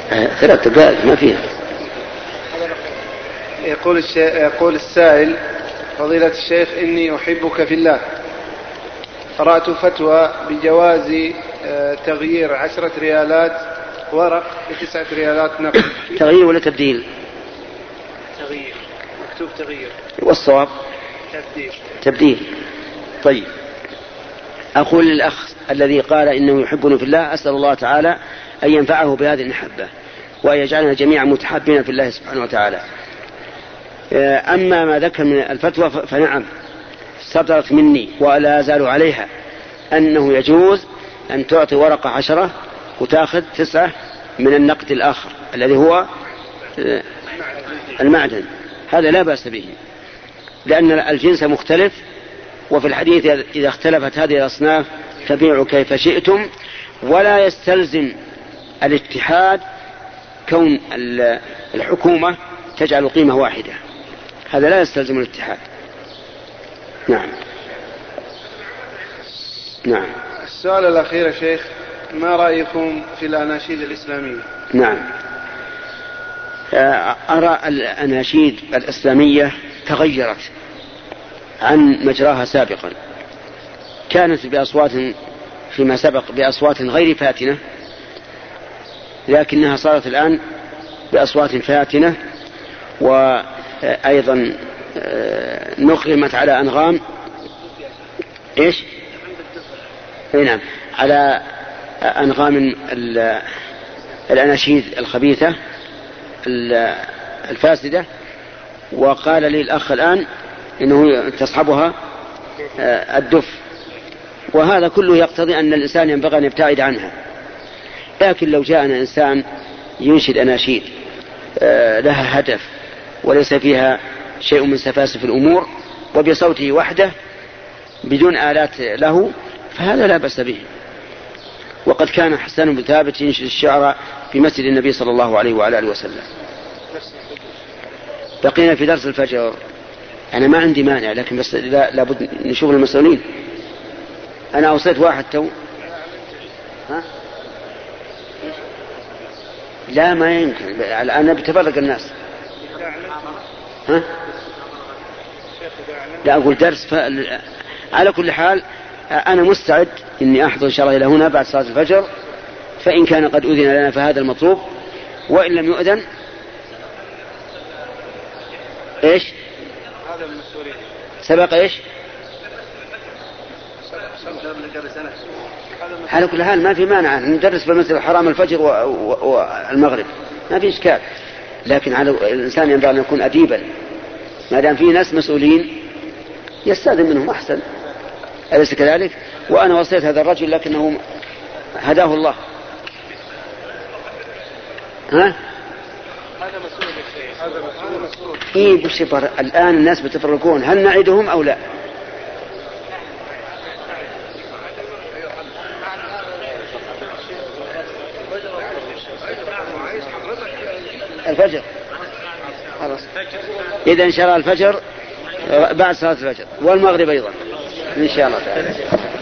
3 دقائق ما فيها. يقول السائل: فضيلة الشيخ، إني أحبك في الله. قرأت فتوى بجواز تغيير 10 ريالات ورق ب9 ريالات نقد. تغيير ولا تبديل؟ تغيير، مكتوب تغيير. والصواب تبديل. طيب، أقول للأخ الذي قال إنه يحبني في الله: أسأل الله تعالى أن ينفعه بهذه المحبة وأن يجعلنا جميعا متحابين في الله سبحانه وتعالى. أما ما ذكر من الفتوى فنعم صدرت مني ولا أزال عليها، أنه يجوز أن تعطي ورقة 10 وتأخذ 9 من النقد الآخر الذي هو المعدن. هذا لا بأس به، لأن الجنس مختلف، وفي الحديث: إذا اختلفت هذه الأصناف فبيعوا كيف شئتم. ولا يستلزم الاتحاد كون الحكومة تجعل قيمة واحدة، هذا لا يستلزم الاتحاد. نعم. السؤال الأخير يا شيخ: ما رأيكم في الأناشيد الإسلامية؟ نعم، أرى الأناشيد الإسلامية تغيرت عن مجراها سابقا. كانت بأصوات فيما سبق بأصوات غير فاتنة، لكنها صارت الآن بأصوات فاتنة، وأيضا نقمت على أنغام نعم، على أنغام الأناشيد الخبيثة الفاسدة. وقال لي الأخ الآن إنه تصحبها الدف، وهذا كله يقتضي أن الإنسان ينبغي أن يبتعد عنها. لكن لو جاءنا إنسان ينشد أناشيد لها هدف وليس فيها شيء من سفاسف الأمور وبصوته وحده بدون آلات له، فهذا لا بأس به. وقد كان حسان بن ثابت ينشد الشعر في مسجد النبي صلى الله عليه وعلى آله وسلم. بقينا في درس الفجر. أنا ما عندي مانع، لكن بس لابد نشوف المسؤولين. أنا أوصيت واحد لا ما يمكن الآن بتفرق الناس. لا أقول درس على كل حال أنا مستعد إني أحضر إن شاء الله إلى هنا بعد صلاة الفجر، فإن كان قد أذن لنا فهذا المطلوب، وإن لم يؤذن هذا المسؤولين سبق على كل حال ما في مانع ندرس في المسجد الحرام الفجر والمغرب، ما في إشكال. لكن على الإنسان ينبغي أن يكون أديبا، ما دام في ناس مسؤولين يستأذن منهم أحسن، أليس كذلك؟ وأنا وصيت هذا الرجل لكنه هداه الله. هذا مسؤول الشيء، هذا مسؤول. بشبر الآن الناس بتفرقون، هل نعدهم أو لا؟ الفجر خلاص، إذا إن شاء الله الفجر بعد صلاة الفجر والمغرب أيضا إن شاء الله تعالى.